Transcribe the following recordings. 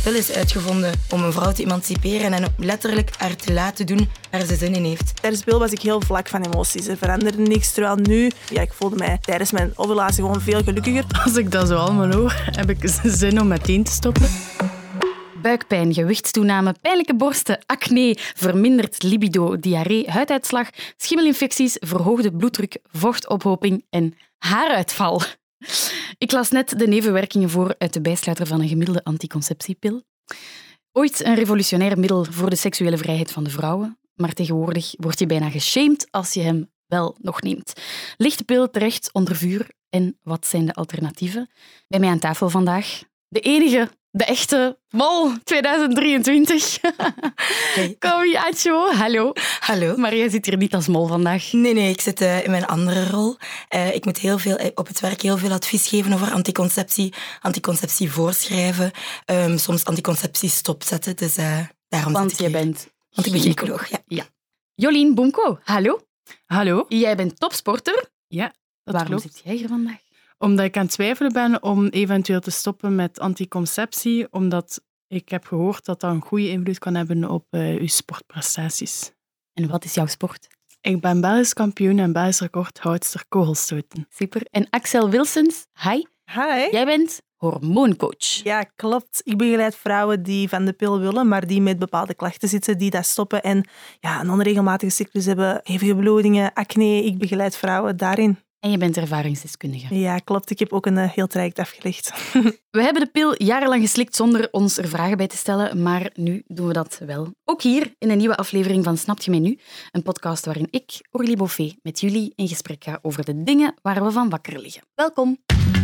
pil is uitgevonden om een vrouw te emanciperen en letterlijk haar te laten doen waar ze zin in heeft. Tijdens de pil was ik heel vlak van emoties. Er veranderde niks, terwijl nu... ik voelde mij tijdens mijn ovulatie gewoon veel gelukkiger. Als ik dat zo allemaal hoor, heb ik zin om meteen te stoppen. Buikpijn, gewichtstoename, pijnlijke borsten, acne, verminderd libido, diarree, huiduitslag, schimmelinfecties, verhoogde bloeddruk, vochtophoping en haaruitval. Ik las net de nevenwerkingen voor uit de bijsluiter van een gemiddelde anticonceptiepil. Ooit een revolutionair middel voor de seksuele vrijheid van de vrouwen, maar tegenwoordig word je bijna geshamed als je hem wel nog neemt. Ligt de pil terecht onder vuur en wat zijn de alternatieven? Bij mij aan tafel vandaag de enige, de echte Mol 2023. Hey. Komi Acho, hallo. Hallo. Maar jij zit hier niet als mol vandaag. Nee, ik zit in mijn andere rol. Ik moet op het werk heel veel advies geven over anticonceptie voorschrijven, soms anticonceptie stopzetten. Dus daarom Want zit ik je hier. bent... Want ik ben gynaecoloog, ja. Jolien Boemko, hallo. Hallo? Jij bent topsporter. Ja, dat Waarom klopt. zit jij hier vandaag? Omdat ik aan het twijfelen ben om eventueel te stoppen met anticonceptie, omdat ik heb gehoord dat dat een goede invloed kan hebben op uw sportprestaties. En wat is jouw sport? Ik ben Belgisch kampioen en Belgisch recordhoudster kogelstoten. Super. En Axel Wilsens, hi. Hi. Jij bent hormooncoach. Ja, klopt. Ik begeleid vrouwen die van de pil willen, maar die met bepaalde klachten zitten, die dat stoppen en een onregelmatige cyclus hebben, hevige bloedingen, acne. Ik begeleid vrouwen daarin. En je bent ervaringsdeskundige. Ja, klopt. Ik heb ook een heel traject afgelegd. We hebben de pil jarenlang geslikt zonder ons er vragen bij te stellen, maar nu doen we dat wel. Ook hier in een nieuwe aflevering van Snapt je mij nu? Een podcast waarin ik, Orly Boffé, met jullie in gesprek ga over de dingen waar we van wakker liggen. Welkom!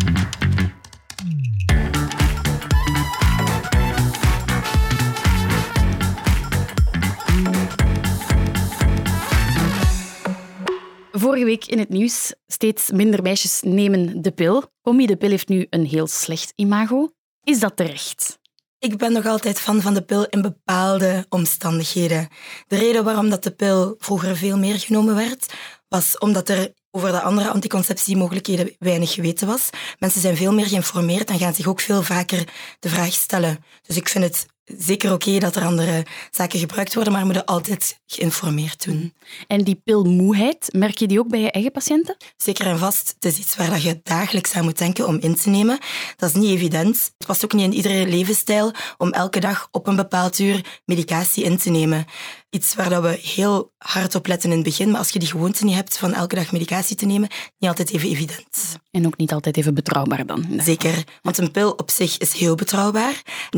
Vorige week in het nieuws, steeds minder meisjes nemen de pil. Komi, de pil heeft nu een heel slecht imago. Is dat terecht? Ik ben nog altijd fan van de pil in bepaalde omstandigheden. De reden waarom dat de pil vroeger veel meer genomen werd, was omdat er over de andere anticonceptiemogelijkheden weinig geweten was. Mensen zijn veel meer geïnformeerd en gaan zich ook veel vaker de vraag stellen. Dus ik vind het zeker oké dat er andere zaken gebruikt worden, maar we moeten altijd geïnformeerd doen. En die pilmoeheid, merk je die ook bij je eigen patiënten? Zeker en vast. Het is iets waar je dagelijks aan moet denken om in te nemen. Dat is niet evident. Het past ook niet in iedere levensstijl om elke dag op een bepaald uur medicatie in te nemen. Iets waar we heel hard op letten in het begin, maar als je die gewoonte niet hebt van elke dag medicatie te nemen, niet altijd even evident. En ook niet altijd even betrouwbaar dan. Zeker, want een pil op zich is heel betrouwbaar,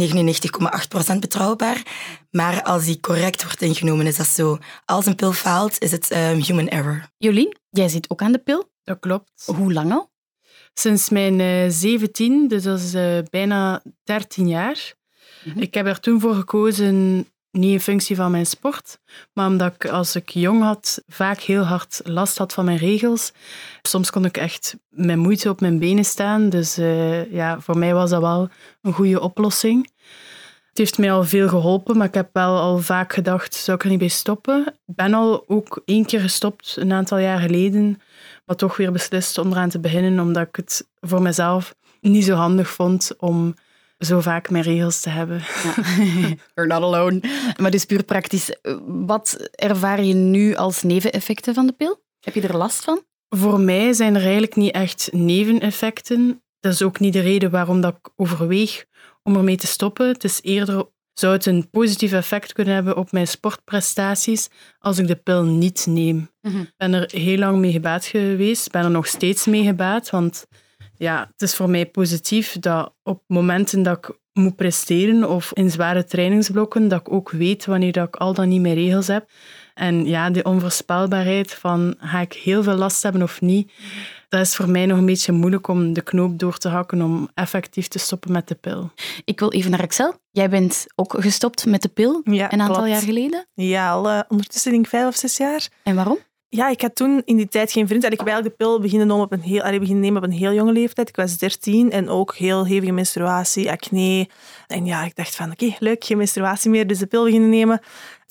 99,8% betrouwbaar, maar als die correct wordt ingenomen is dat zo. Als een pil faalt, is het human error. Jolien, jij zit ook aan de pil. Dat klopt. Hoe lang al? Sinds mijn 17, dus dat is bijna 13 jaar. Ik heb er toen voor gekozen, niet in functie van mijn sport, maar omdat ik als ik jong had vaak heel hard last had van mijn regels. Soms kon ik echt met moeite op mijn benen staan, dus voor mij was dat wel een goede oplossing. Het heeft mij al veel geholpen, maar ik heb wel al vaak gedacht, zou ik er niet bij stoppen? Ik ben al ook 1 keer gestopt, een aantal jaar geleden, maar toch weer beslist om eraan te beginnen, omdat ik het voor mezelf niet zo handig vond om zo vaak mijn regels te hebben. Ja. You're not alone. Maar dus puur praktisch. Wat ervaar je nu als neveneffecten van de pil? Heb je er last van? Voor mij zijn er eigenlijk niet echt neveneffecten. Dat is ook niet de reden waarom dat ik overweeg om ermee te stoppen. Het is eerder, zou het een positief effect kunnen hebben op mijn sportprestaties als ik de pil niet neem. Ik ben er heel lang mee gebaat geweest. Ik ben er nog steeds mee gebaat, want het is voor mij positief dat op momenten dat ik moet presteren of in zware trainingsblokken, dat ik ook weet wanneer dat ik al dan niet mijn regels heb. En die onvoorspelbaarheid van ga ik heel veel last hebben of niet, dat is voor mij nog een beetje moeilijk om de knoop door te hakken om effectief te stoppen met de pil. Ik wil even naar Axel. Jij bent ook gestopt met de pil een aantal jaar geleden. Ja, al ondertussen denk ik 5 of 6 jaar. En waarom? Ja, ik had toen in die tijd geen vriend. Ik heb eigenlijk de pil beginnen nemen op een heel jonge leeftijd. Ik was 13 en ook heel hevige menstruatie, acne. En ik dacht van, oké, leuk, geen menstruatie meer, dus de pil beginnen nemen.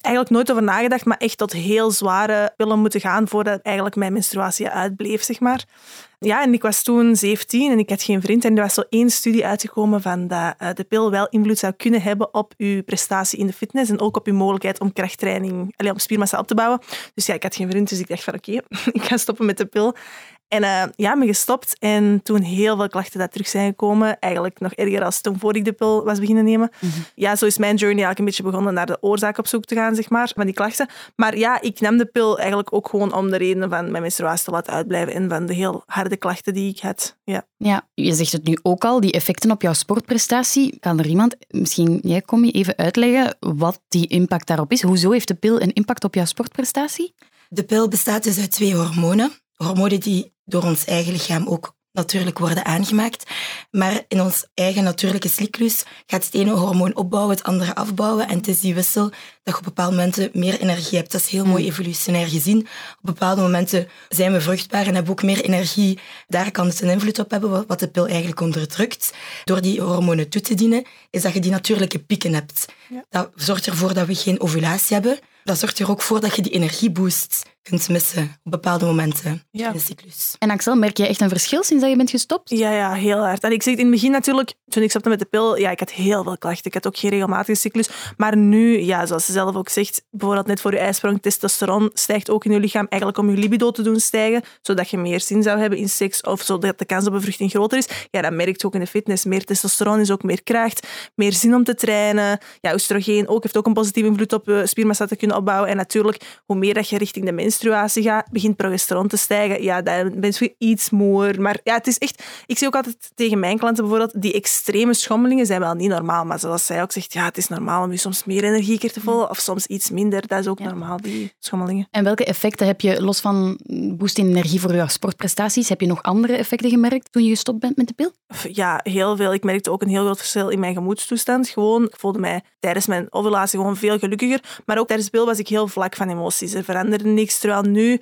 eigenlijk nooit over nagedacht, maar echt tot heel zware pillen moeten gaan voordat eigenlijk mijn menstruatie uitbleef, zeg maar. Ja, en ik was toen 17 en ik had geen vriend. En er was zo 1 studie uitgekomen van dat de pil wel invloed zou kunnen hebben op je prestatie in de fitness en ook op je mogelijkheid om krachttraining, om spiermassa op te bouwen. Dus ja, ik had geen vriend, dus ik dacht van oké, ik ga stoppen met de pil. En ben gestopt en toen heel veel klachten dat terug zijn gekomen. Eigenlijk nog erger als toen voor ik de pil was beginnen nemen. Mm-hmm. Ja, zo is mijn journey eigenlijk een beetje begonnen naar de oorzaak op zoek te gaan, zeg maar, van die klachten. Maar ja, ik nam de pil eigenlijk ook gewoon om de redenen van mijn menstruatie te laten uitblijven en van de heel harde klachten die ik had. Ja, je zegt het nu ook al, die effecten op jouw sportprestatie. Kan er iemand, misschien jij, Commie, even uitleggen wat die impact daarop is? Hoezo heeft de pil een impact op jouw sportprestatie? De pil bestaat dus uit 2 hormonen. Hormonen die door ons eigen lichaam ook natuurlijk worden aangemaakt. Maar in ons eigen natuurlijke cyclus gaat het ene hormoon opbouwen, het andere afbouwen. En het is die wissel dat je op bepaalde momenten meer energie hebt. Dat is heel mooi evolutionair gezien. Op bepaalde momenten zijn we vruchtbaar en hebben ook meer energie. Daar kan het een invloed op hebben, wat de pil eigenlijk onderdrukt. Door die hormonen toe te dienen, is dat je die natuurlijke pieken hebt. Ja. Dat zorgt ervoor dat we geen ovulatie hebben. Dat zorgt er ook voor dat je die energieboost kunt missen op bepaalde momenten in de cyclus. En Axel, merk jij echt een verschil sinds dat je bent gestopt? Ja, heel hard. En ik zeg het in het begin natuurlijk, toen ik stopte met de pil, ik had heel veel klachten. Ik had ook geen regelmatige cyclus. Maar nu, zoals ze zelf ook zegt, bijvoorbeeld net voor je ijsprong, testosteron stijgt ook in je lichaam eigenlijk om je libido te doen stijgen, zodat je meer zin zou hebben in seks of zodat de kans op bevruchting groter is. Ja, dat merkt je ook in de fitness. Meer testosteron is ook meer kracht, meer zin om te trainen. Ja, oestrogeen heeft ook een positieve invloed op je spiermassa te kunnen opbouwen. En natuurlijk, hoe meer dat je richting de menstruatie gaat, begint progesteron te stijgen. Ja, dan ben je iets moer. Maar ja, het is echt... Ik zie ook altijd tegen mijn klanten bijvoorbeeld, die extreme schommelingen zijn wel niet normaal. Maar zoals zij ook zegt, het is normaal om je soms meer energie te voelen of soms iets minder. Dat is ook normaal, die schommelingen. En welke effecten heb je, los van boost in energie voor je sportprestaties, heb je nog andere effecten gemerkt toen je gestopt bent met de pil? Ja, heel veel. Ik merkte ook een heel groot verschil in mijn gemoedstoestand. Gewoon, ik voelde mij tijdens mijn ovulatie gewoon veel gelukkiger. Maar ook tijdens de pil was ik heel vlak van emoties. Er veranderde niks. Terwijl nu,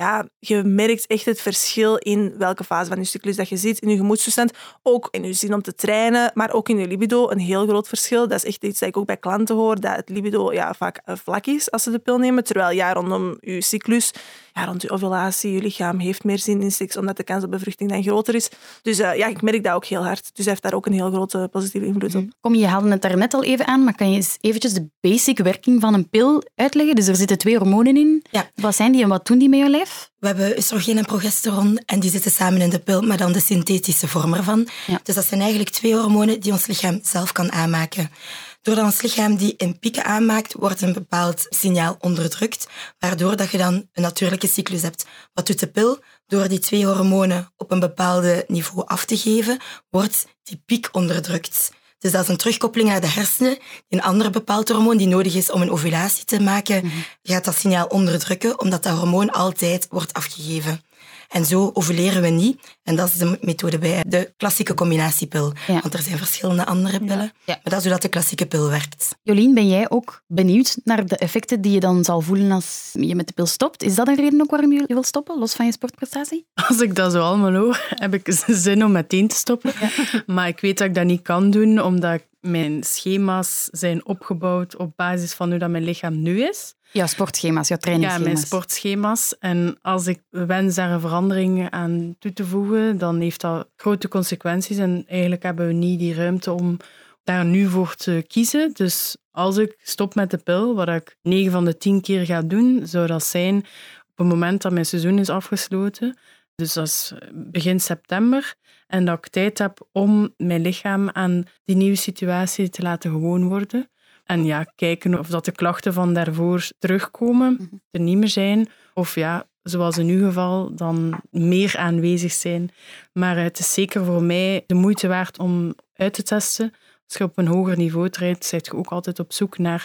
je merkt echt het verschil in welke fase van je cyclus dat je zit, in je gemoedstoestand. Ook in je zin om te trainen, maar ook in je libido. Een heel groot verschil. Dat is echt iets dat ik ook bij klanten hoor, dat het libido vaak vlak is als ze de pil nemen. Terwijl rondom je cyclus, rond je ovulatie, je lichaam heeft meer zin in seks, omdat de kans op bevruchting dan groter is. Dus ik merk dat ook heel hard. Dus hij heeft daar ook een heel grote positieve invloed op. Kom, je haalde het daarnet al even aan, maar kan je eens eventjes de basic werking van een pil uitleggen? Dus er zitten 2 hormonen in. Ja. Wat zijn die en wat doen die met je lijf? We hebben oestrogeen en progesteron en die zitten samen in de pil, maar dan de synthetische vorm ervan. Ja. Dus dat zijn eigenlijk 2 hormonen die ons lichaam zelf kan aanmaken. Doordat ons lichaam die in pieken aanmaakt, wordt een bepaald signaal onderdrukt, waardoor dat je dan een natuurlijke cyclus hebt. Wat doet de pil? Door die 2 hormonen op een bepaald niveau af te geven, wordt die piek onderdrukt. Dus dat is een terugkoppeling naar de hersenen. Een ander bepaald hormoon die nodig is om een ovulatie te maken, gaat dat signaal onderdrukken, omdat dat hormoon altijd wordt afgegeven. En zo ovuleren we niet. En dat is de methode bij de klassieke combinatiepil. Ja. Want er zijn verschillende andere pillen. Ja. Maar dat is hoe dat de klassieke pil werkt. Jolien, ben jij ook benieuwd naar de effecten die je dan zal voelen als je met de pil stopt? Is dat een reden ook waarom je wil stoppen, los van je sportprestatie? Als ik dat zo allemaal hoor, heb ik zin om meteen te stoppen. Ja. Maar ik weet dat ik dat niet kan doen, omdat mijn schema's zijn opgebouwd op basis van hoe dat mijn lichaam nu is. Jouw sportschema's, jouw trainingsschema's. Ja, mijn sportschema's. En als ik wens daar een verandering aan toe te voegen, dan heeft dat grote consequenties. En eigenlijk hebben we niet die ruimte om daar nu voor te kiezen. Dus als ik stop met de pil, wat ik 9 van de 10 keer ga doen, zou dat zijn op het moment dat mijn seizoen is afgesloten. Dus dat is begin september. En dat ik tijd heb om mijn lichaam aan die nieuwe situatie te laten gewoon worden. En kijken of dat de klachten van daarvoor terugkomen, er niet meer zijn. Of zoals in uw geval, dan meer aanwezig zijn. Maar het is zeker voor mij de moeite waard om uit te testen. Als je op een hoger niveau traint, zit je ook altijd op zoek naar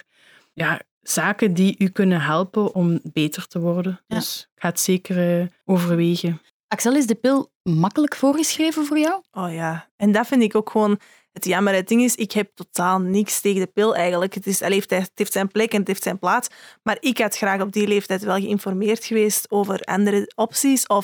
zaken die u kunnen helpen om beter te worden. Ja. Dus ik ga het zeker overwegen. Axel, is de pil makkelijk voorgeschreven voor jou? Oh ja, en dat vind ik ook gewoon het jammer. Het ding is, ik heb totaal niks tegen de pil eigenlijk. Het heeft zijn plek en het heeft zijn plaats. Maar ik had graag op die leeftijd wel geïnformeerd geweest over andere opties. Of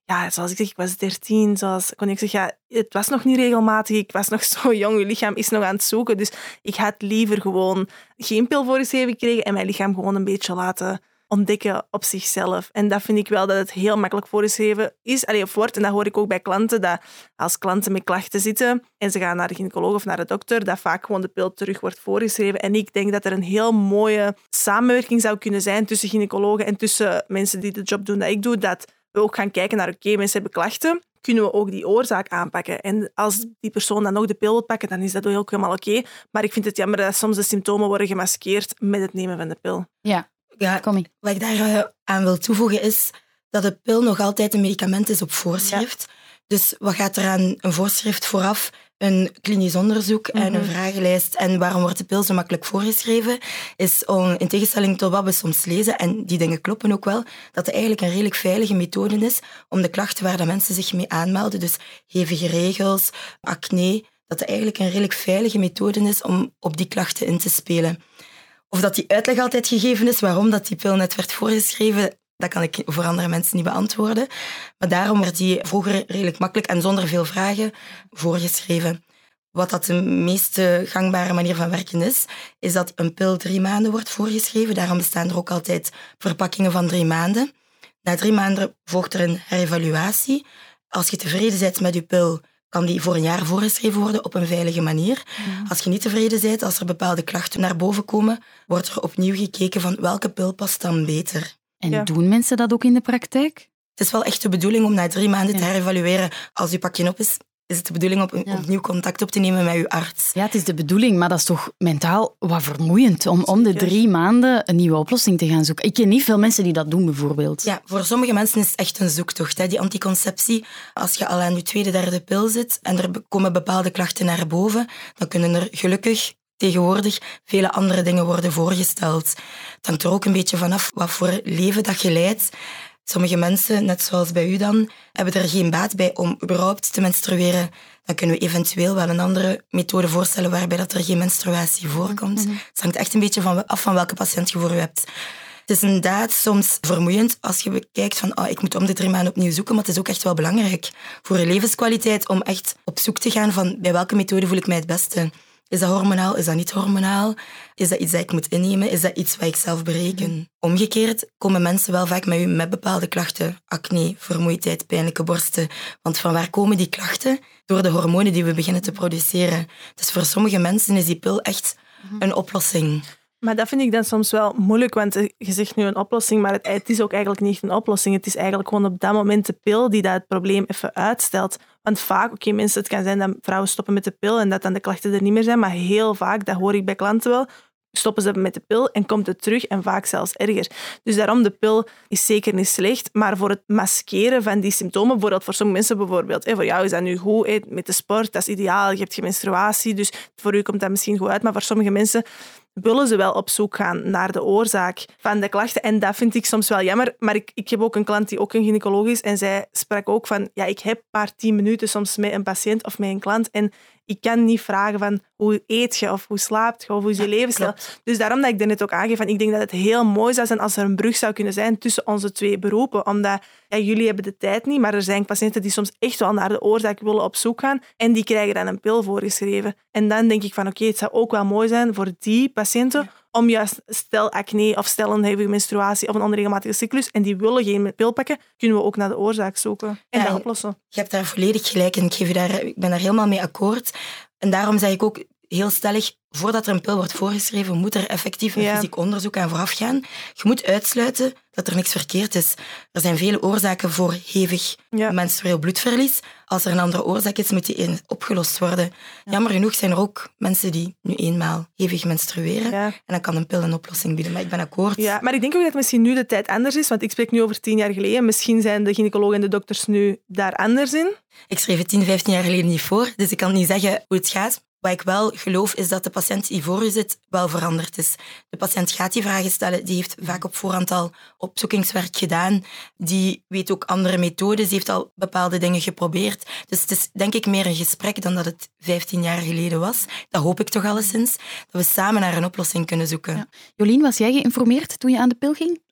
ja, zoals ik zeg, ik was 13. Kon ik zeggen, het was nog niet regelmatig. Ik was nog zo jong. Je lichaam is nog aan het zoeken. Dus ik had liever gewoon geen pil voorgeschreven gekregen en mijn lichaam gewoon een beetje laten ontdekken op zichzelf. En dat vind ik wel dat het heel makkelijk voorgeschreven is. Of wordt. En dat hoor ik ook bij klanten, dat als klanten met klachten zitten en ze gaan naar de gynaecoloog of naar de dokter, dat vaak gewoon de pil terug wordt voorgeschreven. En ik denk dat er een heel mooie samenwerking zou kunnen zijn tussen gynaecologen en tussen mensen die de job doen dat ik doe, dat we ook gaan kijken naar, oké, mensen hebben klachten, kunnen we ook die oorzaak aanpakken. En als die persoon dan nog de pil wil pakken, dan is dat ook helemaal oké. Maar ik vind het jammer dat soms de symptomen worden gemaskeerd met het nemen van de pil. Ja, Kom ik. wat ik daar aan wil toevoegen is dat de pil nog altijd een medicament is op voorschrift. Ja. Dus wat gaat er aan een voorschrift vooraf? Een klinisch onderzoek en een vragenlijst. En waarom wordt de pil zo makkelijk voorgeschreven? Is in tegenstelling tot wat we soms lezen, en die dingen kloppen ook wel, dat het eigenlijk een redelijk veilige methode is om de klachten waar de mensen zich mee aanmelden, dus hevige regels, acne, dat het eigenlijk een redelijk veilige methode is om op die klachten in te spelen. Of dat die uitleg altijd gegeven is waarom dat die pil net werd voorgeschreven, dat kan ik voor andere mensen niet beantwoorden. Maar daarom werd die vroeger redelijk makkelijk en zonder veel vragen voorgeschreven. Wat dat de meest gangbare manier van werken is dat een pil 3 maanden wordt voorgeschreven. Daarom bestaan er ook altijd verpakkingen van 3 maanden. Na 3 maanden volgt er een herevaluatie. Als je tevreden bent met je pil, kan die voor een jaar voorgeschreven worden op een veilige manier. Als je niet tevreden bent, als er bepaalde klachten naar boven komen, wordt er opnieuw gekeken van welke pil past dan beter. En doen mensen dat ook in de praktijk? Het is wel echt de bedoeling om na 3 maanden te herevalueren. Als je pakje op is het de bedoeling om opnieuw contact op te nemen met je arts. Ja, het is de bedoeling, maar dat is toch mentaal wat vermoeiend om de 3 maanden een nieuwe oplossing te gaan zoeken. Ik ken niet veel mensen die dat doen, bijvoorbeeld. Ja, voor sommige mensen is het echt een zoektocht, hè, die anticonceptie. Als je al aan je 2e, 3e pil zit en er komen bepaalde klachten naar boven, dan kunnen er gelukkig tegenwoordig vele andere dingen worden voorgesteld. Het hangt er ook een beetje vanaf wat voor leven dat je leidt. Sommige mensen, net zoals bij u dan, hebben er geen baat bij om überhaupt te menstrueren. Dan kunnen we eventueel wel een andere methode voorstellen waarbij dat er geen menstruatie voorkomt. Het hangt echt een beetje af van welke patiënt je voor u hebt. Het is inderdaad soms vermoeiend als je bekijkt van ik moet om de 3 maanden opnieuw zoeken, maar het is ook echt wel belangrijk voor je levenskwaliteit om echt op zoek te gaan van bij welke methode voel ik mij het beste. Is dat hormonaal? Is dat niet hormonaal? Is dat iets dat ik moet innemen? Is dat iets wat ik zelf bereken? Omgekeerd komen mensen wel vaak met u met bepaalde klachten. Acne, vermoeidheid, pijnlijke borsten. Want van waar komen die klachten? Door de hormonen die we beginnen te produceren. Dus voor sommige mensen is die pil echt een oplossing. Maar dat vind ik dan soms wel moeilijk, want je zegt nu een oplossing, maar het is ook eigenlijk niet een oplossing. Het is eigenlijk gewoon op dat moment de pil die dat het probleem even uitstelt. Want vaak, mensen, het kan zijn dat vrouwen stoppen met de pil en dat dan de klachten er niet meer zijn, maar heel vaak, dat hoor ik bij klanten wel, stoppen ze met de pil en komt het terug en vaak zelfs erger. Dus daarom, de pil is zeker niet slecht, maar voor het maskeren van die symptomen, bijvoorbeeld voor sommige mensen bijvoorbeeld, voor jou is dat nu goed, met de sport, dat is ideaal, je hebt geen menstruatie, dus voor u komt dat misschien goed uit, maar voor sommige mensen willen ze wel op zoek gaan naar de oorzaak van de klachten. En dat vind ik soms wel jammer. Maar ik heb ook een klant die ook een gynaecoloog is en zij sprak ook van, ik heb maar 10 minuten soms met een patiënt of met een klant en ik kan niet vragen van hoe eet je of hoe slaapt je of hoe is je levensstijl. Dus daarom dat ik net ook aangeef van ik denk dat het heel mooi zou zijn als er een brug zou kunnen zijn tussen onze 2 beroepen. Omdat jullie hebben de tijd niet, maar er zijn patiënten die soms echt wel naar de oorzaak willen op zoek gaan en die krijgen dan een pil voorgeschreven. En dan denk ik van het zou ook wel mooi zijn voor die patiënten om juist, stel acne of stel een hevige menstruatie of een onregelmatige cyclus en die willen geen pil pakken, kunnen we ook naar de oorzaak zoeken en dat oplossen. Je hebt daar volledig gelijk in. Ik ben daar helemaal mee akkoord. En daarom zeg ik ook heel stellig, voordat er een pil wordt voorgeschreven, moet er effectief een fysiek onderzoek aan vooraf gaan. Je moet uitsluiten dat er niks verkeerd is. Er zijn vele oorzaken voor hevig menstrueel bloedverlies. Als er een andere oorzaak is, moet die opgelost worden. Jammer genoeg zijn er ook mensen die nu eenmaal hevig menstrueren. En dan kan een pil een oplossing bieden. Maar ik ben akkoord. Ja, maar ik denk ook dat misschien nu de tijd anders is. Want ik spreek nu over 10 jaar geleden. Misschien zijn de gynaecologen en de dokters nu daar anders in. Ik schreef het 10, 15 jaar geleden niet voor. Dus ik kan niet zeggen hoe het gaat. Wat ik wel geloof, is dat de patiënt die voor u zit wel veranderd is. De patiënt gaat die vragen stellen, die heeft vaak op voorhand al opzoekingswerk gedaan. Die weet ook andere methodes, die heeft al bepaalde dingen geprobeerd. Dus het is denk ik meer een gesprek dan dat het 15 jaar geleden was. Dat hoop ik toch alleszins, dat we samen naar een oplossing kunnen zoeken. Ja. Jolien, was jij geïnformeerd toen je aan de pil ging?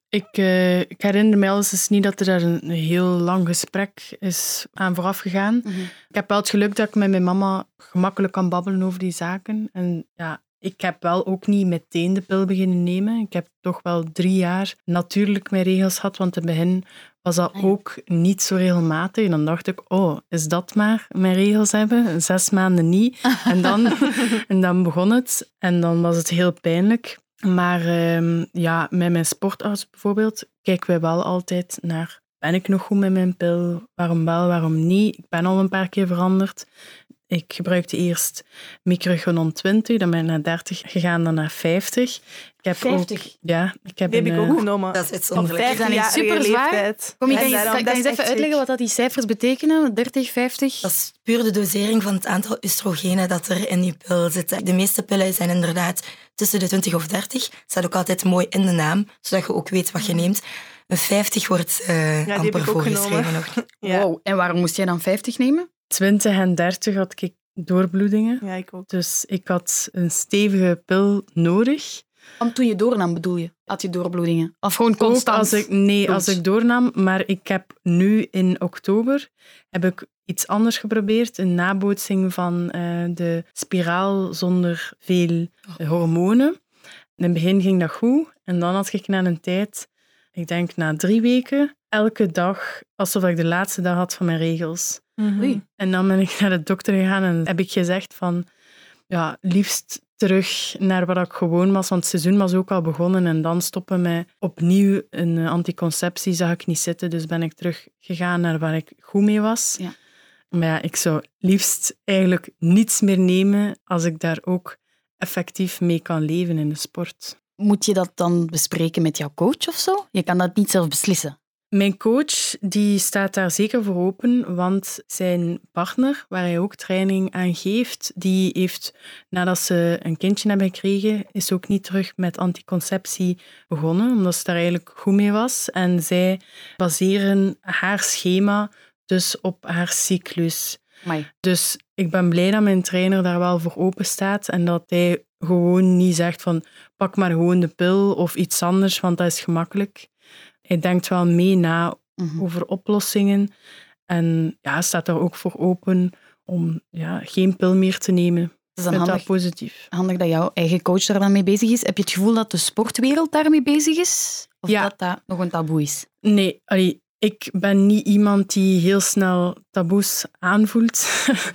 Ik herinner me alles niet dat er daar een heel lang gesprek is aan vooraf gegaan. Mhm. Ik heb wel het geluk dat ik met mijn mama gemakkelijk kan babbelen over die zaken. En ja, ik heb wel ook niet meteen de pil beginnen nemen. Ik heb toch wel 3 jaar natuurlijk mijn regels gehad, want in het begin was dat ook niet zo regelmatig. En dan dacht ik, is dat maar mijn regels hebben? 6 maanden niet. En dan begon het. En dan was het heel pijnlijk. Maar met mijn sportarts bijvoorbeeld kijken wij wel altijd naar, ben ik nog goed met mijn pil? Waarom wel, waarom niet? Ik ben al een paar keer veranderd. Ik gebruikte eerst Microgynon 20, dan ben ik naar 30 gegaan, dan naar 50. Ik heb 50? Ook, ja, ik heb Die heb ik ook genomen. Dat is uitzonderlijk. Op Is dat niet 50-jarige super zwaar? leeftijd. Kan je En daarom, dat eens is even echt uitleggen wat dat die cijfers betekenen? 30, 50? Dat is puur de dosering van het aantal oestrogenen dat er in je pil zit. De meeste pillen zijn inderdaad tussen de 20 of 30. Dat staat ook altijd mooi in de naam, zodat je ook weet wat je neemt. Een 50 wordt die heb amper ik ook voorgeschreven genomen. nog. Ja. Wow. En waarom moest jij dan 50 nemen? 20 en 30 had ik doorbloedingen. Ja, ik ook. Dus ik had een stevige pil nodig. Want toen je doornam, bedoel je? Had je doorbloedingen? Of gewoon constant? Ook als ik doornam. Maar ik heb nu in oktober iets anders geprobeerd. Een nabootsing van de spiraal zonder veel hormonen. In het begin ging dat goed. En dan had ik na een tijd, ik denk na 3 weken, elke dag alsof ik de laatste dag had van mijn regels. Oei. En dan ben ik naar de dokter gegaan en heb ik gezegd van, ja, liefst terug naar wat ik gewoon was, want het seizoen was ook al begonnen en dan stoppen met opnieuw een anticonceptie zag ik niet zitten, dus ben ik teruggegaan naar waar ik goed mee was. Ja. Maar ja, ik zou liefst eigenlijk niets meer nemen als ik daar ook effectief mee kan leven in de sport. Moet je dat dan bespreken met jouw coach of zo? Je kan dat niet zelf beslissen. Mijn coach die staat daar zeker voor open, want zijn partner, waar hij ook training aan geeft, die heeft, nadat ze een kindje hebben gekregen, is ook niet terug met anticonceptie begonnen, omdat ze daar eigenlijk goed mee was. En zij baseren haar schema dus op haar cyclus. Amai. Dus ik ben blij dat mijn trainer daar wel voor open staat en dat hij gewoon niet zegt van pak maar gewoon de pil of iets anders, want dat is gemakkelijk. Hij denkt wel mee na over oplossingen en ja, staat daar ook voor open om geen pil meer te nemen. Dat is Ik dan vind dat positief. handig dat jouw eigen coach daar dan mee bezig is. Heb je het gevoel dat de sportwereld daarmee bezig is? Of Ja. dat dat nog een taboe is? Nee, ik ben niet iemand die heel snel taboes aanvoelt.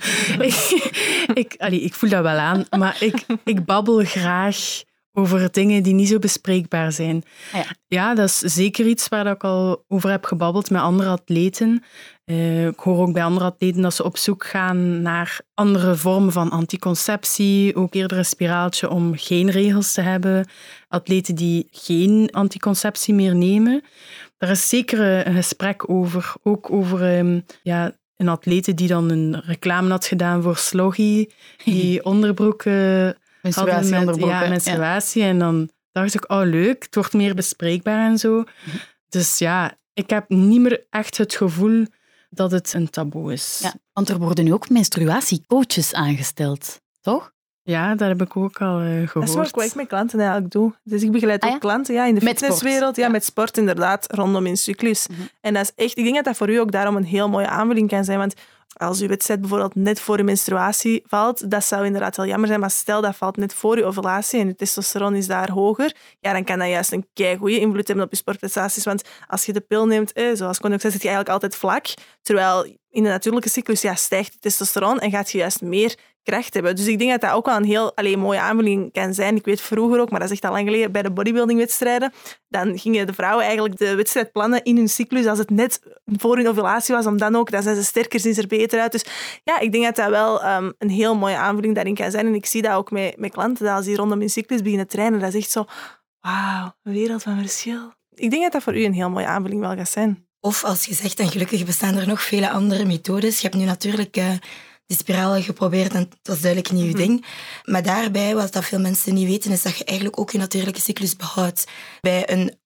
Ik voel dat wel aan, maar ik babbel graag over dingen die niet zo bespreekbaar zijn. Ah, Ja, dat is zeker iets waar ik al over heb gebabbeld met andere atleten. Ik hoor ook bij andere atleten dat ze op zoek gaan naar andere vormen van anticonceptie, ook eerder een spiraaltje om geen regels te hebben. Atleten die geen anticonceptie meer nemen. Daar is zeker een gesprek over. Ook over een atlete die dan een reclame had gedaan voor Sloggy, die onderbroeken Menstruatieonderbroeken. Ja, menstruatie. En dan dacht ik, leuk, het wordt meer bespreekbaar en zo. Dus ja, ik heb niet meer echt het gevoel dat het een taboe is. Ja, want er worden nu ook menstruatiecoaches aangesteld, toch? Ja, dat heb ik ook al gehoord. Dat is wat ik met klanten eigenlijk doe. Dus ik begeleid ook klanten in de Met fitnesswereld. sport. Met sport inderdaad, rondom hun cyclus. En dat is echt, ik denk dat dat voor u ook daarom een heel mooie aanvulling kan zijn. Want als uw wedstrijd bijvoorbeeld net voor uw menstruatie valt, dat zou inderdaad wel jammer zijn. Maar stel dat valt net voor uw ovulatie en uw testosteron is daar hoger, ja, dan kan dat juist een keigoeie invloed hebben op je sportprestaties. Want als je de pil neemt, zoals Connie ook zei, zit je eigenlijk altijd vlak. Terwijl in de natuurlijke cyclus stijgt het testosteron en gaat je juist meer kracht hebben. Dus ik denk dat dat ook wel een heel mooie aanvulling kan zijn. Ik weet vroeger ook, maar dat is echt al lang geleden, bij de bodybuildingwedstrijden, dan gingen de vrouwen eigenlijk de wedstrijd plannen in hun cyclus als het net voor hun ovulatie was, dan zijn ze sterker, zien ze er beter uit. Dus ja, ik denk dat dat wel een heel mooie aanvulling daarin kan zijn. En ik zie dat ook met klanten, dat als die rondom hun cyclus beginnen trainen, dat is echt zo, wauw, een wereld van verschil. Ik denk dat dat voor u een heel mooie aanvulling wel gaat zijn. Of als je zegt, en gelukkig bestaan er nog vele andere methodes. Je hebt nu natuurlijk die spiralen geprobeerd en dat is duidelijk niet je ding. Maar daarbij, wat dat veel mensen niet weten, is dat je eigenlijk ook je natuurlijke cyclus behoudt. Bij een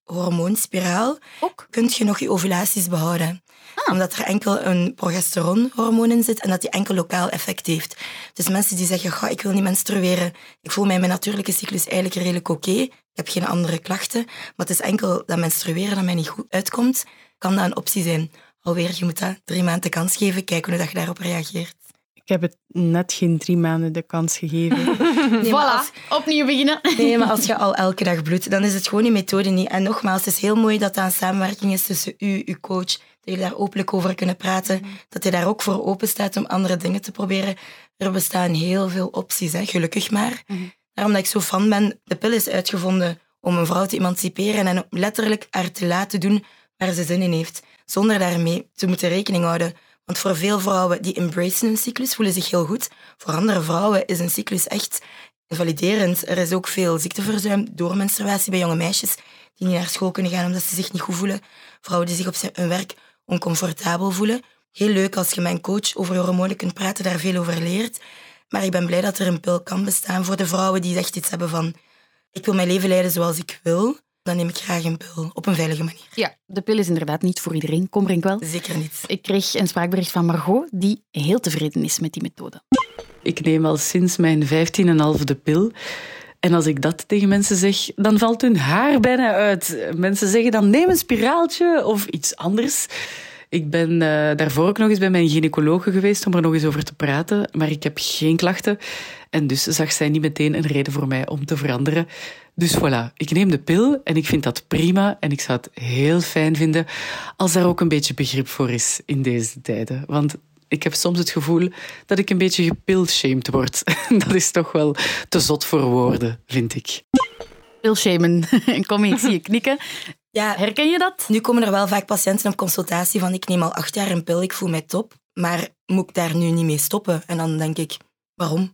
hormoonspiraal Ook? kun je nog je ovulaties behouden. Omdat er enkel een progesteronhormoon in zit en dat die enkel lokaal effect heeft. Dus mensen die zeggen, ik wil niet menstrueren, ik voel mij in mijn natuurlijke cyclus eigenlijk redelijk oké, ik heb geen andere klachten, maar het is enkel dat menstrueren dat mij niet goed uitkomt, kan dat een optie zijn. Alweer, je moet dat 3 maanden de kans geven, kijken hoe dat je daarop reageert. Ik heb het net geen 3 maanden de kans gegeven. Nee, maar Opnieuw beginnen. Nee, maar als je al elke dag bloedt, dan is het gewoon die methode niet. En nogmaals, het is heel mooi dat dat een samenwerking is tussen u, uw coach, dat jullie daar openlijk over kunnen praten, dat je daar ook voor open staat om andere dingen te proberen. Er bestaan heel veel opties, gelukkig maar. Daarom dat ik zo fan ben, de pil is uitgevonden om een vrouw te emanciperen en om letterlijk haar te laten doen waar ze zin in heeft, zonder daarmee te moeten rekening houden. Want voor veel vrouwen die embracen hun cyclus, voelen zich heel goed. Voor andere vrouwen is een cyclus echt invaliderend. Er is ook veel ziekteverzuim door menstruatie bij jonge meisjes die niet naar school kunnen gaan omdat ze zich niet goed voelen. Vrouwen die zich op hun werk oncomfortabel voelen. Heel leuk als je met een coach over hormonen kunt praten, daar veel over leert. Maar ik ben blij dat er een pil kan bestaan voor de vrouwen die echt iets hebben van ik wil mijn leven leiden zoals ik wil. Dan neem ik graag een pil, op een veilige manier. Ja, de pil is inderdaad niet voor iedereen. Kom, Brink wel. Zeker niet. Ik kreeg een spraakbericht van Margot, die heel tevreden is met die methode. Ik neem al sinds mijn 15,5e pil. En als ik dat tegen mensen zeg, dan valt hun haar bijna uit. Mensen zeggen dan neem een spiraaltje of iets anders. Ik ben daarvoor ook nog eens bij mijn gynaecologe geweest om er nog eens over te praten, maar ik heb geen klachten. En dus zag zij niet meteen een reden voor mij om te veranderen. Dus voilà, ik neem de pil en ik vind dat prima. En ik zou het heel fijn vinden als daar ook een beetje begrip voor is in deze tijden. Want ik heb soms het gevoel dat ik een beetje gepilshamed word. Dat is toch wel te zot voor woorden, vind ik. Pilshamen. Kom, ik zie je knikken. Ja, Herken je dat? nu komen er wel vaak patiënten op consultatie van ik neem al 8 jaar een pil, ik voel mij top, maar moet ik daar nu niet mee stoppen? En dan denk ik, waarom?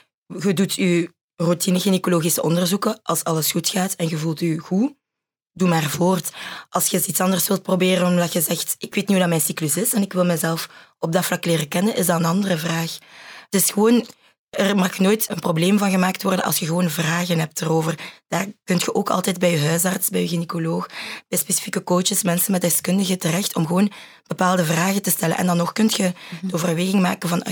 Je doet je routine gynaecologische onderzoeken als alles goed gaat en je voelt je goed. Doe maar voort. Als je iets anders wilt proberen omdat je zegt ik weet niet hoe dat mijn cyclus is en ik wil mezelf op dat vlak leren kennen, is dat een andere vraag. Het is gewoon, er mag nooit een probleem van gemaakt worden als je gewoon vragen hebt erover. Daar kun je ook altijd bij je huisarts, bij je gynaecoloog, bij specifieke coaches, mensen met deskundigen terecht om gewoon bepaalde vragen te stellen. En dan nog kun je de overweging maken van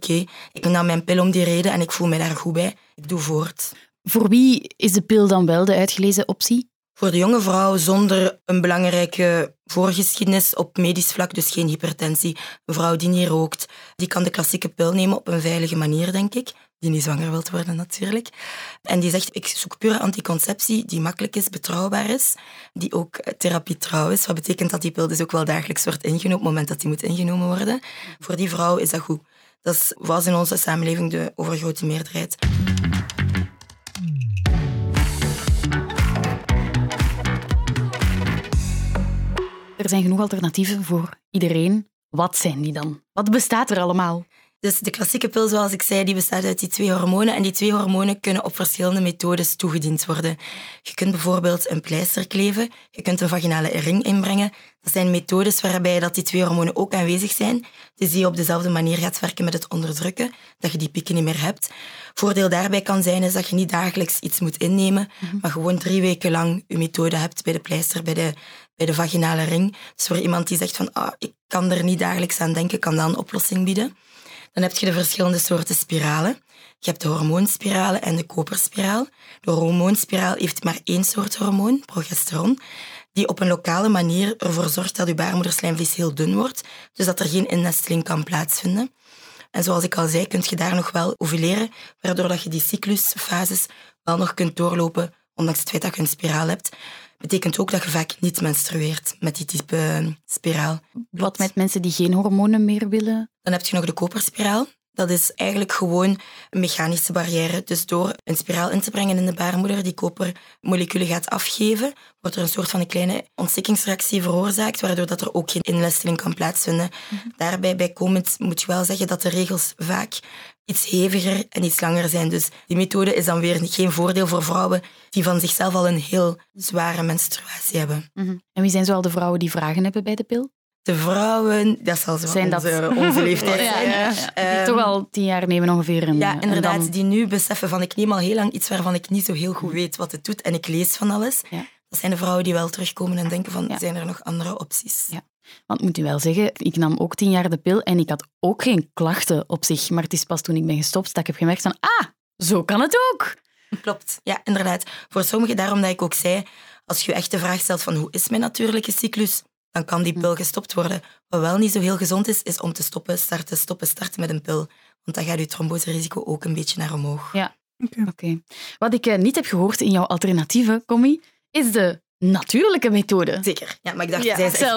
ik nam mijn pil om die reden en ik voel mij daar goed bij. Ik doe voort. Voor wie is de pil dan wel de uitgelezen optie? Voor de jonge vrouw zonder een belangrijke voorgeschiedenis op medisch vlak, dus geen hypertensie, een vrouw die niet rookt, die kan de klassieke pil nemen op een veilige manier, denk ik, die niet zwanger wilt worden natuurlijk. En die zegt, ik zoek pure anticonceptie die makkelijk is, betrouwbaar is, die ook therapietrouw is. Wat betekent dat die pil dus ook wel dagelijks wordt ingenomen op het moment dat die moet ingenomen worden. Voor die vrouw is dat goed. Dat was in onze samenleving de overgrote meerderheid. Er zijn genoeg alternatieven voor iedereen. Wat zijn die dan? Wat bestaat er allemaal? Dus de klassieke pil, zoals ik zei, die bestaat uit die 2 hormonen. En die 2 hormonen kunnen op verschillende methodes toegediend worden. Je kunt bijvoorbeeld een pleister kleven. Je kunt een vaginale ring inbrengen. Dat zijn methodes waarbij dat die 2 hormonen ook aanwezig zijn. Dus die je op dezelfde manier gaat werken met het onderdrukken. Dat je die pieken niet meer hebt. Voordeel daarbij kan zijn is dat je niet dagelijks iets moet innemen. Maar gewoon 3 weken lang je methode hebt bij de pleister, bij de vaginale ring. Dus voor iemand die zegt van ik kan er niet dagelijks aan denken, kan dat een oplossing bieden. Dan heb je de verschillende soorten spiralen. Je hebt de hormoonspiralen en de koperspiraal. De hormoonspiraal heeft maar 1 soort hormoon, progesteron, die op een lokale manier ervoor zorgt dat je baarmoederslijmvlies heel dun wordt, dus dat er geen innesteling kan plaatsvinden. En zoals ik al zei, kun je daar nog wel ovuleren, waardoor dat je die cyclusfases wel nog kunt doorlopen, ondanks het feit dat je een spiraal hebt. Betekent ook dat je vaak niet menstrueert met die type spiraal. Wat met mensen die geen hormonen meer willen? Dan heb je nog de koperspiraal. Dat is eigenlijk gewoon een mechanische barrière. Dus door een spiraal in te brengen in de baarmoeder, die kopermoleculen gaat afgeven, wordt er een soort van een kleine ontstekkingsreactie veroorzaakt, waardoor dat er ook geen innesteling kan plaatsvinden. Daarbij bijkomend moet je wel zeggen dat de regels vaak iets heviger en iets langer zijn. Dus die methode is dan weer geen voordeel voor vrouwen die van zichzelf al een heel zware menstruatie hebben. En wie zijn zoal de vrouwen die vragen hebben bij de pil? De vrouwen, dat zal zo Zijn onze leeftijd zijn. Die toch al 10 jaar nemen ongeveer. Ja, inderdaad. En dan... Die nu beseffen van ik neem al heel lang iets waarvan ik niet zo heel goed weet wat het doet en ik lees van alles. Ja. dat zijn de vrouwen die wel terugkomen en denken van, Ja. zijn er nog andere opties? Ja. Want ik moet u wel zeggen, ik nam ook 10 jaar de pil en ik had ook geen klachten op zich. Maar het is pas toen ik ben gestopt dat ik heb gemerkt van, zo kan het ook. Klopt, ja, inderdaad. Voor sommigen, daarom dat ik ook zei, als je echt de vraag stelt van hoe is mijn natuurlijke cyclus, dan kan die pil gestopt worden. Wat wel niet zo heel gezond is om te stoppen met een pil. Want dan gaat je tromboserisico ook een beetje naar omhoog. Ja, oké. Wat ik niet heb gehoord in jouw alternatieve, Commie, is de natuurlijke methode. Zeker, ja, maar ik dacht, Ja, zij is Axel.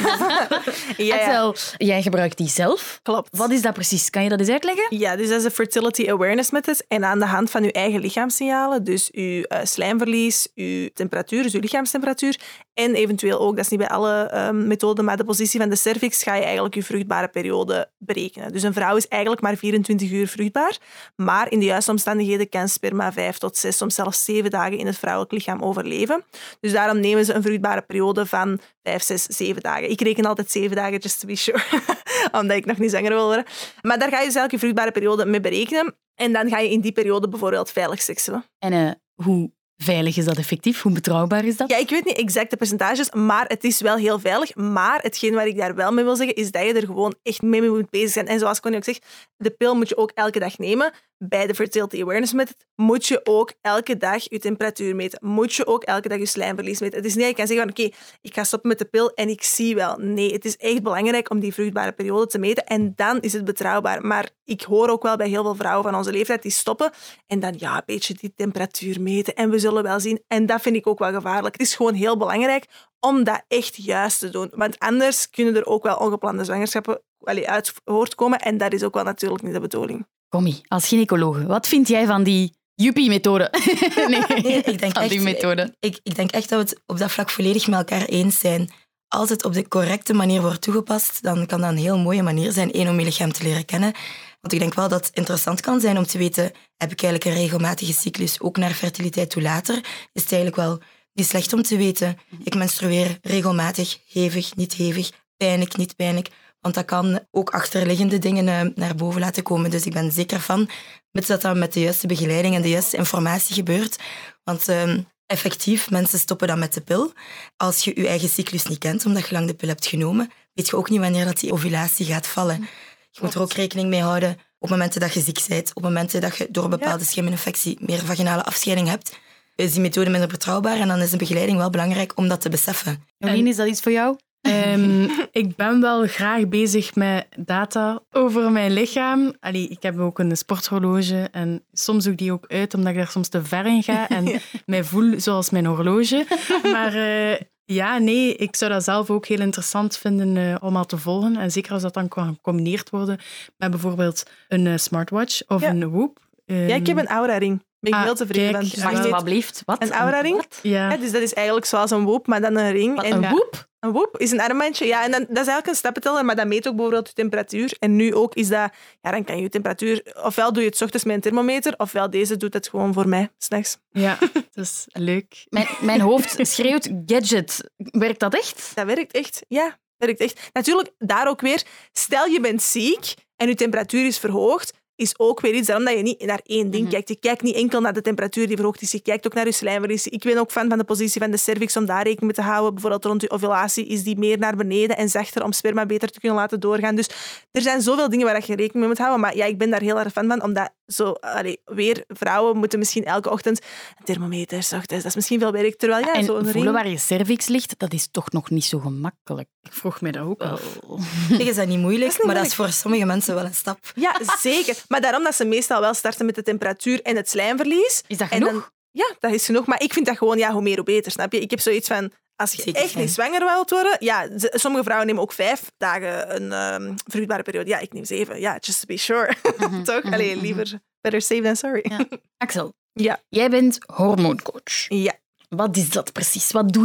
experte. Ja. Axel, jij gebruikt die zelf. Klopt. Wat is dat precies? Kan je dat eens uitleggen? Ja, dus dat is een fertility awareness method. En aan de hand van uw eigen lichaamssignalen, dus uw slijmverlies, uw temperatuur, dus uw lichaamstemperatuur, en eventueel ook, dat is niet bij alle methoden, maar de positie van de cervix, ga je eigenlijk je vruchtbare periode berekenen. Dus een vrouw is eigenlijk maar 24 uur vruchtbaar, maar in de juiste omstandigheden kan sperma 5 tot 6, soms zelfs 7 dagen in het vrouwelijk lichaam overleven. Dus daarom nemen ze een vruchtbare periode van 5, 6, 7 dagen. Ik reken altijd 7 dagen, just to be sure, omdat ik nog niet zwanger wil worden. Maar daar ga je dus eigenlijk je vruchtbare periode mee berekenen. En dan ga je in die periode bijvoorbeeld veilig seks hebben. En hoe veilig is dat effectief? Hoe betrouwbaar is dat? Ja, ik weet niet exact de percentages, maar het is wel heel veilig. Maar hetgeen waar ik daar wel mee wil zeggen, is dat je er gewoon echt mee moet bezig zijn. En zoals Connie ook zegt, de pil moet je ook elke dag nemen. Bij de Fertility Awareness Method moet je ook elke dag je temperatuur meten. Moet je ook elke dag je slijmverlies meten. Het is niet dat je kan zeggen van oké, ik ga stoppen met de pil en ik zie wel. Nee, het is echt belangrijk om die vruchtbare periode te meten en dan is het betrouwbaar. Maar ik hoor ook wel bij heel veel vrouwen van onze leeftijd die stoppen en dan een beetje die temperatuur meten en we zullen wel zien. En dat vind ik ook wel gevaarlijk. Het is gewoon heel belangrijk om dat echt juist te doen. Want anders kunnen er ook wel ongeplande zwangerschappen uit voortkomen en dat is ook wel natuurlijk niet de bedoeling. Commie, als gynaecologe, wat vind jij van die Joepie-methode? Nee, ik denk van echt, die methode. Ik denk echt dat we het op dat vlak volledig met elkaar eens zijn. Als het op de correcte manier wordt toegepast, dan kan dat een heel mooie manier zijn, om je lichaam te leren kennen. Want ik denk wel dat het interessant kan zijn om te weten, heb ik eigenlijk een regelmatige cyclus, ook naar fertiliteit toe later? Is het eigenlijk wel niet slecht om te weten, ik menstrueer regelmatig, hevig, niet hevig, pijnlijk, niet pijnlijk. Want dat kan ook achterliggende dingen naar boven laten komen. Dus ik ben zeker van, mits dat met de juiste begeleiding en de juiste informatie gebeurt. Want effectief, mensen stoppen dan met de pil. Als je je eigen cyclus niet kent, omdat je lang de pil hebt genomen, weet je ook niet wanneer dat die ovulatie gaat vallen. Je moet er ook rekening mee houden op momenten dat je ziek bent, op momenten dat je door een bepaalde schimmelinfectie meer vaginale afscheiding hebt. Is die methode minder betrouwbaar en dan is de begeleiding wel belangrijk om dat te beseffen. Jolien, is dat iets voor jou? Ik ben wel graag bezig met data over mijn lichaam. Ik heb ook een sporthorloge en soms doe ik die ook uit omdat ik daar soms te ver in ga en mij voel zoals mijn horloge. Maar ik zou dat zelf ook heel interessant vinden om al te volgen. En zeker als dat dan kan gecombineerd worden met bijvoorbeeld een smartwatch of een Whoop. Ja, ik heb een Aura-ring. Ben ik heel tevreden kijk, van. Wacht, wat blijft? Wat? Een Aura-ring? Ja. Dus dat is eigenlijk zoals een Whoop, maar dan een ring. Wat, En een Whoop? Een Whoop is een armbandje. Ja, en dan, dat is eigenlijk een stappenteller, maar dat meet ook bijvoorbeeld je temperatuur. En nu ook is dat... Ja, dan kan je temperatuur... Ofwel doe je het 's ochtends met een thermometer, ofwel deze doet het gewoon voor mij, 's nachts. Ja, dat is leuk. Mijn hoofd schreeuwt gadget. Werkt dat echt? Dat werkt echt. Ja, werkt echt. Natuurlijk, daar ook weer... Stel, je bent ziek en je temperatuur is verhoogd, is ook weer iets, daarom dat je niet naar één ding kijkt. Je kijkt niet enkel naar de temperatuur die verhoogd is, je kijkt ook naar je slijmverlies. Ik ben ook fan van de positie van de cervix om daar rekening mee te houden. Bijvoorbeeld rond je ovulatie is die meer naar beneden en zachter om sperma beter te kunnen laten doorgaan. Dus er zijn zoveel dingen waar je rekening mee moet houden. Maar ja, ik ben daar heel erg fan van, omdat weer vrouwen moeten misschien elke ochtend een thermometer, 's ochtends, dat is misschien veel werk. Terwijl En zo'n voelen ring... waar je cervix ligt, dat is toch nog niet zo gemakkelijk. Ik vroeg mij dat ook af. Ik is dat niet moeilijk, Dat is niet maar dat is voor sommige mensen wel een stap. Ja, zeker. Maar daarom dat ze meestal wel starten met de temperatuur en het slijmverlies. Is dat En genoeg? dan, ja, dat is genoeg. Maar ik vind dat gewoon, hoe meer hoe beter, snap je? Ik heb zoiets van, als je Zeker echt fijn. niet zwanger wilt worden... Ja, sommige vrouwen nemen ook 5 dagen een vruchtbare periode. Ja, ik neem 7. Ja, just to be sure. Toch? Allee, liever better safe than sorry. Ja. Axel, Ja. jij bent hormooncoach. Ja. Wat is dat precies? Wat doe jij?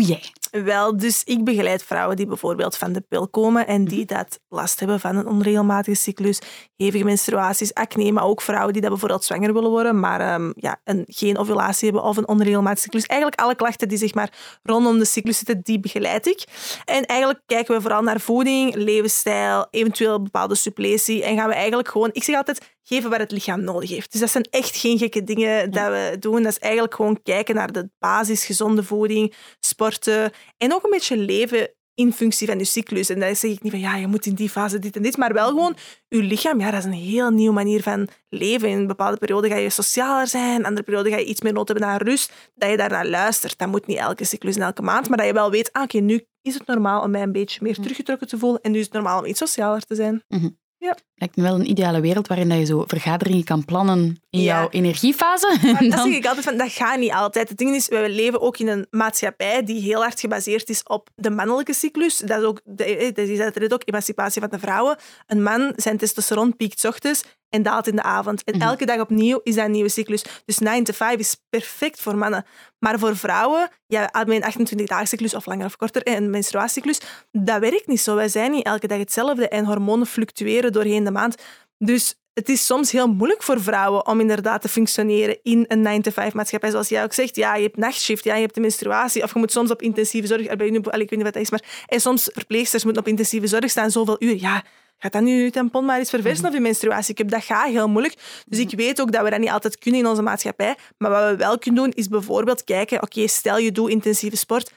Wel, dus ik begeleid vrouwen die bijvoorbeeld van de pil komen en die dat last hebben van een onregelmatige cyclus, hevige menstruaties, acne, maar ook vrouwen die dat bijvoorbeeld zwanger willen worden, maar geen ovulatie hebben of een onregelmatige cyclus. Eigenlijk alle klachten die zeg maar rondom de cyclus zitten, die begeleid ik. En eigenlijk kijken we vooral naar voeding, levensstijl, eventueel bepaalde suppletie en gaan we eigenlijk gewoon, ik zeg altijd, geven wat het lichaam nodig heeft. Dus dat zijn echt geen gekke dingen dat we doen. Dat is eigenlijk gewoon kijken naar de basis, gezonde voeding, sporten en ook een beetje leven in functie van je cyclus. En dan zeg ik niet van, je moet in die fase dit en dit, maar wel gewoon je lichaam. Ja, dat is een heel nieuwe manier van leven. In een bepaalde periode ga je socialer zijn, in een andere periode ga je iets meer nood hebben aan rust, dat je daarnaar luistert. Dat moet niet elke cyclus en elke maand, maar dat je wel weet, oké, nu is het normaal om mij een beetje meer teruggetrokken te voelen en nu is het normaal om iets socialer te zijn. Mm-hmm. Ja. Lijkt me wel een ideale wereld waarin je zo vergaderingen kan plannen in jouw energiefase. Maar dat zeg ik altijd van, dat gaat niet altijd. Het ding is, we leven ook in een maatschappij die heel hard gebaseerd is op de mannelijke cyclus. Dat is ook, dat is ook emancipatie van de vrouwen. Een man, zijn testosteron piekt 's ochtends en daalt in de avond. En elke dag opnieuw is dat een nieuwe cyclus. Dus 9 to 5 is perfect voor mannen. Maar voor vrouwen, een 28-daagse cyclus of langer of korter, een menstruatiecyclus, dat werkt niet zo. Wij zijn niet elke dag hetzelfde en hormonen fluctueren doorheen de maand. Dus het is soms heel moeilijk voor vrouwen om inderdaad te functioneren in een 9-to-5-maatschappij. Zoals jij ook zegt, je hebt nachtshift, je hebt de menstruatie, of je moet soms op intensieve zorg... Ik weet niet wat dat is, maar soms verpleegsters moeten op intensieve zorg staan zoveel uur. Ja, gaat dan nu je tampon maar eens verversen of je menstruatie? Dat gaat heel moeilijk. Dus ik weet ook dat we dat niet altijd kunnen in onze maatschappij. Maar wat we wel kunnen doen, is bijvoorbeeld kijken, stel je doet intensieve sport.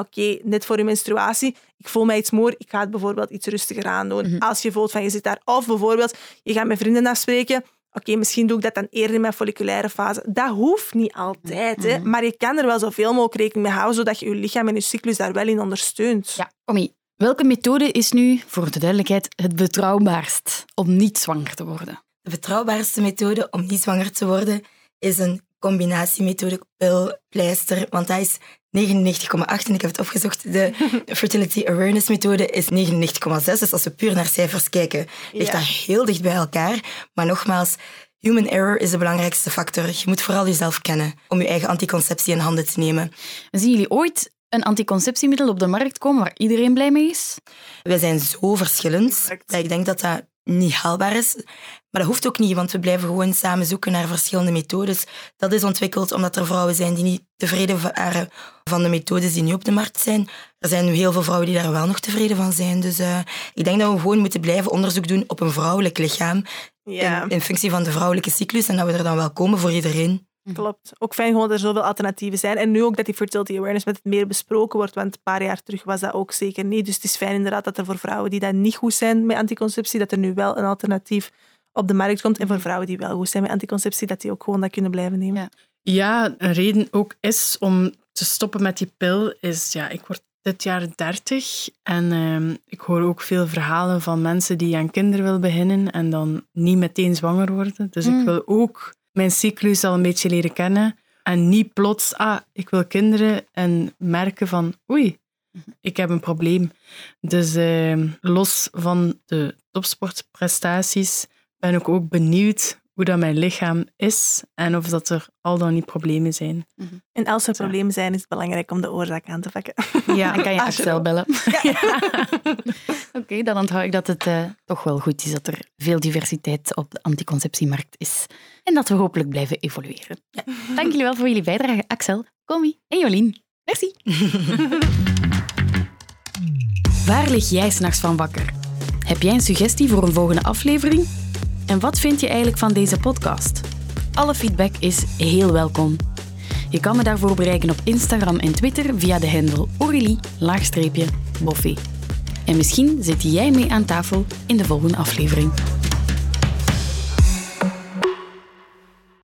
Net voor je menstruatie, ik voel mij iets moe, ik ga het bijvoorbeeld iets rustiger aan doen. Als je voelt van je zit daar. Of bijvoorbeeld, je gaat met vrienden afspreken. Misschien doe ik dat dan eerder in mijn folliculaire fase. Dat hoeft niet altijd, hè. Maar je kan er wel zoveel mogelijk rekening mee houden, zodat je je lichaam en je cyclus daar wel in ondersteunt. Ja, Omi, welke methode is nu, voor de duidelijkheid, het betrouwbaarst om niet zwanger te worden? De betrouwbaarste methode om niet zwanger te worden is een combinatiemethode, pil, pleister, want dat is 99,8 en ik heb het opgezocht. De Fertility Awareness methode is 99,6. Dus als we puur naar cijfers kijken, ligt dat heel dicht bij elkaar. Maar nogmaals, human error is de belangrijkste factor. Je moet vooral jezelf kennen om je eigen anticonceptie in handen te nemen. Zien jullie ooit een anticonceptiemiddel op de markt komen waar iedereen blij mee is? Wij zijn zo verschillend dat ik denk dat dat niet haalbaar is. Maar dat hoeft ook niet, want we blijven gewoon samen zoeken naar verschillende methodes. Dat is ontwikkeld omdat er vrouwen zijn die niet tevreden waren van de methodes die nu op de markt zijn. Er zijn nu heel veel vrouwen die daar wel nog tevreden van zijn. Dus ik denk dat we gewoon moeten blijven onderzoek doen op een vrouwelijk lichaam. Ja. In functie van de vrouwelijke cyclus en dat we er dan wel komen voor iedereen. Klopt. Ook fijn gewoon dat er zoveel alternatieven zijn. En nu ook dat die fertility awareness met het meer besproken wordt, want een paar jaar terug was dat ook zeker niet. Dus het is fijn inderdaad dat er voor vrouwen die dat niet goed zijn met anticonceptie, dat er nu wel een alternatief op de markt komt. En voor vrouwen die wel goed zijn met anticonceptie, dat die ook gewoon dat kunnen blijven nemen. Ja, een reden ook is om te stoppen met die pil is, ik word dit jaar 30 en ik hoor ook veel verhalen van mensen die aan kinderen willen beginnen en dan niet meteen zwanger worden. Dus ik wil ook mijn cyclus al een beetje leren kennen en niet plots, ik wil kinderen en merken van, oei, ik heb een probleem. Dus los van de topsportprestaties ben ik ook benieuwd hoe dat mijn lichaam is en of dat er al dan niet problemen zijn. En als er problemen zijn, is het belangrijk om de oorzaak aan te pakken. Ja, dan kan je Axel bellen. Ja. Oké, dan onthoud ik dat het toch wel goed is dat er veel diversiteit op de anticonceptiemarkt is. En dat we hopelijk blijven evolueren. Ja. Dank jullie wel voor jullie bijdrage, Axel, Komi en Jolien. Merci. Waar lig jij 's nachts van wakker? Heb jij een suggestie voor een volgende aflevering? En wat vind je eigenlijk van deze podcast? Alle feedback is heel welkom. Je kan me daarvoor bereiken op Instagram en Twitter via de handle Aurélie_Boffé. En misschien zit jij mee aan tafel in de volgende aflevering.